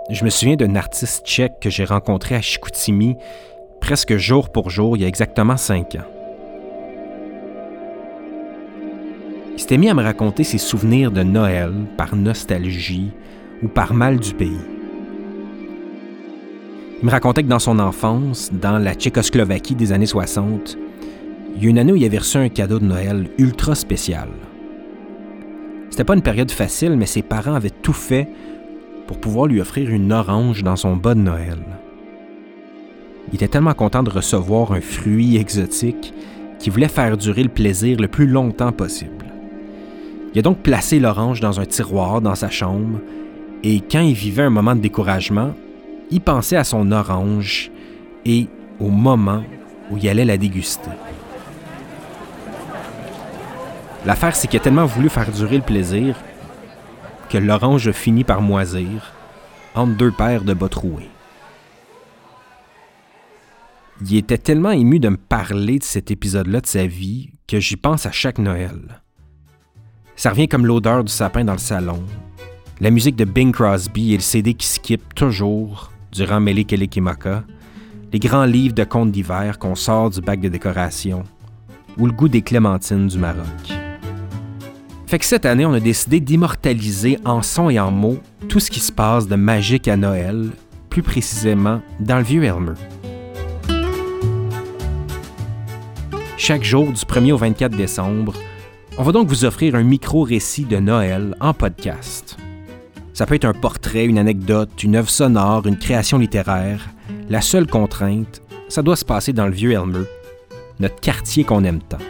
Je me souviens d'un artiste tchèque que j'ai rencontré à Chicoutimi presque jour pour jour il y a exactement 5 ans. Il s'était mis à me raconter ses souvenirs de Noël par nostalgie ou par mal du pays. Il me racontait que dans son enfance, dans la Tchécoslovaquie des années 60, il y a une année où il avait reçu un cadeau de Noël ultra spécial. C'était pas une période facile, mais ses parents avaient tout fait pour pouvoir lui offrir une orange dans son bas de Noël. Il était tellement content de recevoir un fruit exotique qu'il voulait faire durer le plaisir le plus longtemps possible. Il a donc placé l'orange dans un tiroir dans sa chambre et quand il vivait un moment de découragement, il pensait à son orange et au moment où il allait la déguster. L'affaire, c'est qu'il a tellement voulu faire durer le plaisir que l'orange a fini par moisir entre 2 paires de bas troués. Il était tellement ému de me parler de cet épisode-là de sa vie que j'y pense à chaque Noël. Ça revient comme l'odeur du sapin dans le salon, la musique de Bing Crosby et le CD qui skip toujours durant Mele Kalikimaka, les grands livres de contes d'hiver qu'on sort du bac de décoration ou le goût des clémentines du Maroc. Fait que cette année, on a décidé d'immortaliser en son et en mots tout ce qui se passe de magique à Noël, plus précisément dans le Vieux-Elmer. Chaque jour du 1er au 24 décembre, on va donc vous offrir un micro-récit de Noël en podcast. Ça peut être un portrait, une anecdote, une œuvre sonore, une création littéraire. La seule contrainte, ça doit se passer dans le Vieux-Elmer, notre quartier qu'on aime tant.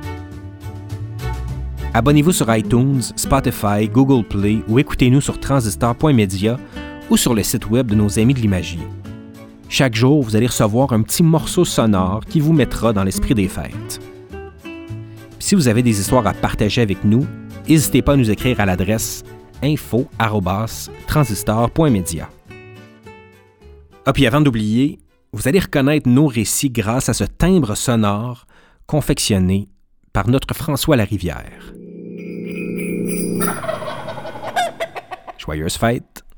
Abonnez-vous sur iTunes, Spotify, Google Play ou écoutez-nous sur transistor.media ou sur le site web de nos amis de l'Imagier. Chaque jour, vous allez recevoir un petit morceau sonore qui vous mettra dans l'esprit des fêtes. Si vous avez des histoires à partager avec nous, n'hésitez pas à nous écrire à l'adresse info@transistor.media. Ah, puis avant d'oublier, vous allez reconnaître nos récits grâce à ce timbre sonore confectionné par notre François Larivière. Joyeuses fêtes!